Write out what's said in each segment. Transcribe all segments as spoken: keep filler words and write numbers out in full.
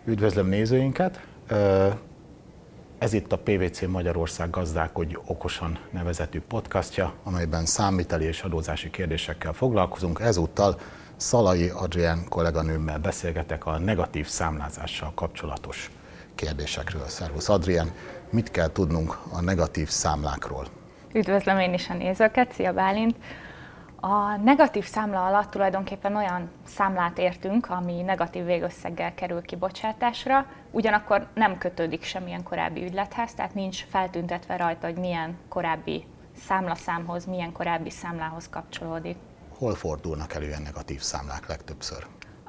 Üdvözlöm nézőinket! Ez itt a pé vé cé Magyarország Gazdálkodj okosan nevezetű podcastja, amelyben számviteli és adózási kérdésekkel foglalkozunk. Ezúttal Szalai Adrián kolléganőmmel beszélgetek a negatív számlázással kapcsolatos kérdésekről. Szervusz Adrián, mit kell tudnunk a negatív számlákról? Üdvözlöm én is a nézőket, szia Bálint! A negatív számla alatt tulajdonképpen olyan számlát értünk, ami negatív végösszeggel kerül kibocsátásra, ugyanakkor nem kötődik semmilyen korábbi ügylethez, tehát nincs feltüntetve rajta, hogy milyen korábbi számlaszámhoz, milyen korábbi számlához kapcsolódik. Hol fordulnak elő ilyen negatív számlák legtöbbször?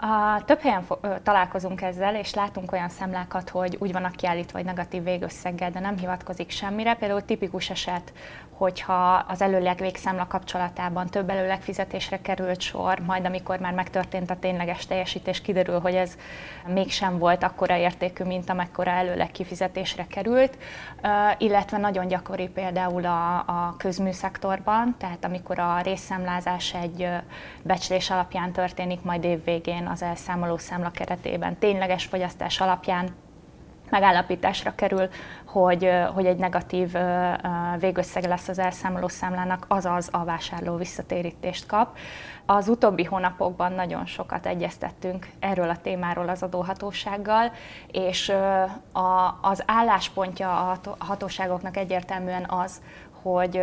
A több helyen találkozunk ezzel, és látunk olyan számlákat, hogy úgy vannak kiállítva, vagy negatív végösszeggel, de nem hivatkozik semmire. Például tipikus eset, hogyha az előleg végszámla kapcsolatában több előleg fizetésre került sor, majd amikor már megtörtént a tényleges teljesítés, kiderül, hogy ez mégsem volt akkora értékű, mint amekkora előleg kifizetésre került, illetve nagyon gyakori például a, a közműszektorban, tehát amikor a részszámlázás egy becslés alapján történik, majd évvégén az elszámoló számla keretében tényleges fogyasztás alapján megállapításra kerül, hogy, hogy egy negatív végösszeg lesz az elszámoló számlának, azaz a vásárló visszatérítést kap. Az utóbbi hónapokban nagyon sokat egyeztettünk erről a témáról az adóhatósággal, és a, az álláspontja a hatóságoknak egyértelműen az, hogy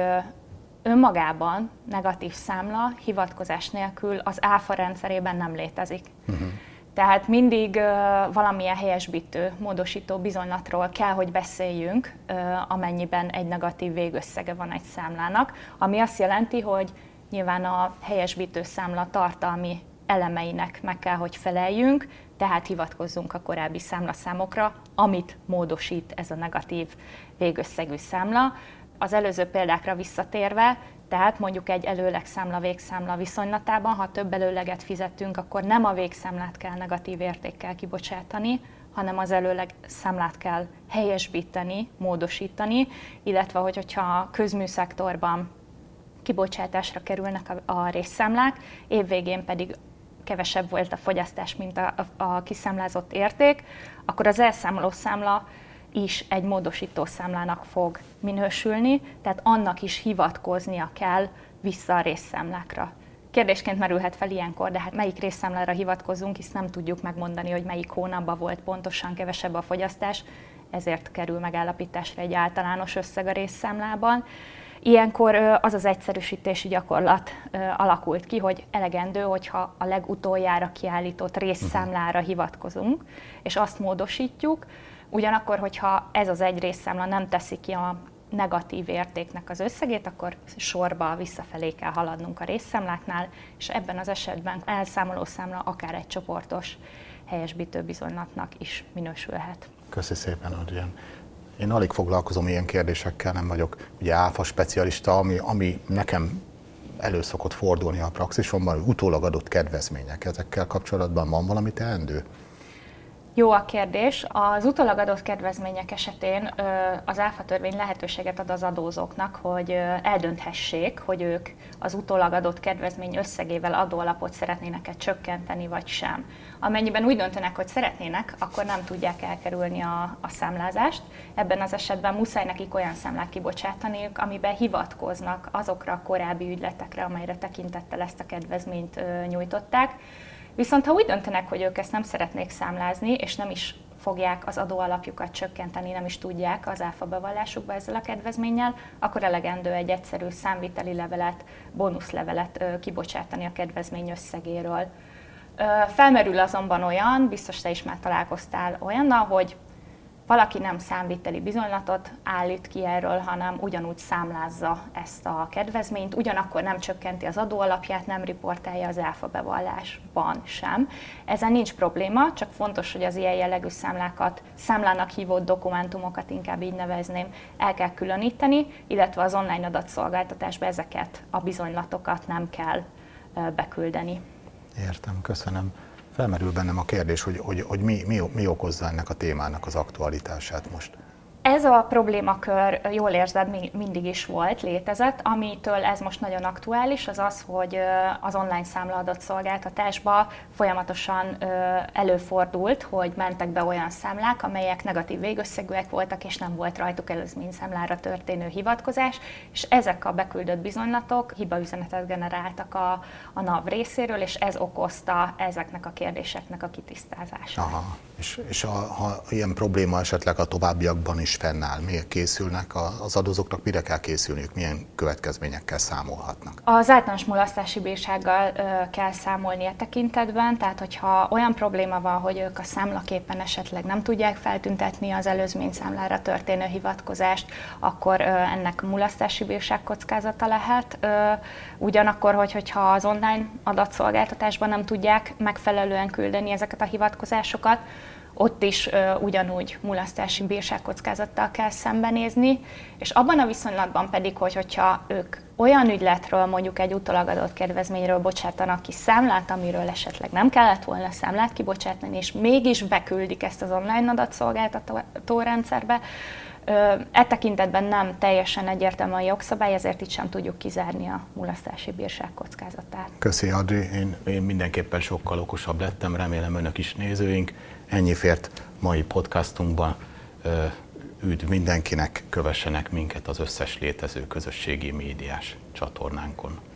önmagában negatív számla hivatkozás nélkül az áfa rendszerében nem létezik. Uh-huh. Tehát mindig uh, valamilyen helyesbítő, módosító bizonylatról kell, hogy beszéljünk, uh, amennyiben egy negatív végösszege van egy számlának, ami azt jelenti, hogy nyilván a helyesbítő számla tartalmi elemeinek meg kell, hogy feleljünk, tehát hivatkozzunk a korábbi számlaszámokra, amit módosít ez a negatív végösszegű számla. Az előző példákra visszatérve, tehát mondjuk egy előleg számla végszámla viszonylatában, ha több előleget fizetünk, akkor nem a végszámlát kell negatív értékkel kibocsátani, hanem az előleg számlát kell helyesbíteni, módosítani, illetve hogy, hogyha a közműszektorban kibocsátásra kerülnek a, a részszámlák, évvégén pedig kevesebb volt a fogyasztás, mint a, a, a kiszámlázott érték, akkor az elszámoló számla is egy módosító számlának fog minősülni, tehát annak is hivatkoznia kell vissza a részszámlákra. Kérdésként merülhet fel ilyenkor, de hát melyik részszámlára hivatkozunk, hisz nem tudjuk megmondani, hogy melyik hónapban volt pontosan kevesebb a fogyasztás, ezért kerül megállapításra egy általános összeg a részszámlában. Ilyenkor az az egyszerűsítési gyakorlat alakult ki, hogy elegendő, hogyha a legutoljára kiállított részszámlára hivatkozunk, és azt módosítjuk. Ugyanakkor, hogyha ez az egy részszámla nem teszi ki a negatív értéknek az összegét, akkor sorba visszafelé kell haladnunk a részszámláknál, és ebben az esetben elszámoló számla akár egy csoportos helyesbítő bizonylatnak is minősülhet. Köszi szépen, Adrián. Én alig foglalkozom ilyen kérdésekkel, nem vagyok ugye áfa specialista, ami, ami nekem elő szokott fordulni a praxisomban, utólag adott kedvezmények. Ezekkel kapcsolatban van valami teendő? Jó a kérdés. Az utólag adott kedvezmények esetén az áfa törvény lehetőséget ad az adózóknak, hogy eldönthessék, hogy ők az utólag adott kedvezmény összegével adóalapot szeretnének-e csökkenteni, vagy sem. Amennyiben úgy döntenek, hogy szeretnének, akkor nem tudják elkerülni a, a számlázást. Ebben az esetben muszáj nekik olyan számlát kibocsátaniuk, amiben hivatkoznak azokra a korábbi ügyletekre, amelyre tekintettel ezt a kedvezményt nyújtották. Viszont ha úgy döntenek, hogy ők ezt nem szeretnék számlázni, és nem is fogják az adóalapjukat csökkenteni, nem is tudják az áfa bevallásukba ezzel a kedvezménnyel, akkor elegendő egy egyszerű számviteli levelet, bónuszlevelet kibocsátani a kedvezmény összegéről. Felmerül azonban olyan, biztos te is már találkoztál olyannal, hogy valaki nem számviteli bizonylatot állít ki erről, hanem ugyanúgy számlázza ezt a kedvezményt, ugyanakkor nem csökkenti az adóalapját, nem riportálja az áfa bevallásban sem. Ezen nincs probléma, csak fontos, hogy az ilyen jellegű számlákat, számlának hívott dokumentumokat, inkább így nevezném, el kell különíteni, illetve az online adatszolgáltatásba ezeket a bizonylatokat nem kell beküldeni. Értem, köszönöm. Felmerül bennem a kérdés, hogy, hogy, hogy mi, mi, mi okozza ennek a témának az aktualitását most. Ez a problémakör, jól érzed, mindig is volt, létezett. Amitől ez most nagyon aktuális, az az, hogy az online számlaadott szolgáltatásba folyamatosan előfordult, hogy mentek be olyan számlák, amelyek negatív végösszegűek voltak, és nem volt rajtuk előzményszámlára történő hivatkozás, és ezek a beküldött bizonylatok hibaüzenetet generáltak a, a NAV részéről, és ez okozta ezeknek a kérdéseknek a kitisztázását. Aha. És, és a, ha ilyen probléma esetleg a továbbiakban is fennáll, miért készülnek az adózóknak, mire kell készülniük, milyen következményekkel számolhatnak? Az általános mulasztási bírsággal ö, kell számolni a tekintetben, tehát hogyha olyan probléma van, hogy ők a számlaképpen esetleg nem tudják feltüntetni az előzményszámlára történő hivatkozást, akkor ö, ennek mulasztási bírság kockázata lehet. Ö, ugyanakkor, hogy, hogyha az online adatszolgáltatásban nem tudják megfelelően küldeni ezeket a hivatkozásokat, ott is ö, ugyanúgy mulasztási bírságkockázattal kell szembenézni, és abban a viszonylatban pedig, hogy, hogyha ők olyan ügyletről, mondjuk egy utólag adott kedvezményről bocsátanak ki számlát, amiről esetleg nem kellett volna számlát kibocsátani, és mégis beküldik ezt az online adatszolgáltató rendszerbe, e tekintetben nem teljesen egyértelmű a jogszabály, ezért itt sem tudjuk kizárni a mulasztási bírság kockázatát. Köszi, Adri, én, én mindenképpen sokkal okosabb lettem, remélem önök is nézőink. Ennyi fért mai podcastunkban. Üdv mindenkinek, kövessenek minket az összes létező közösségi médiás csatornánkon.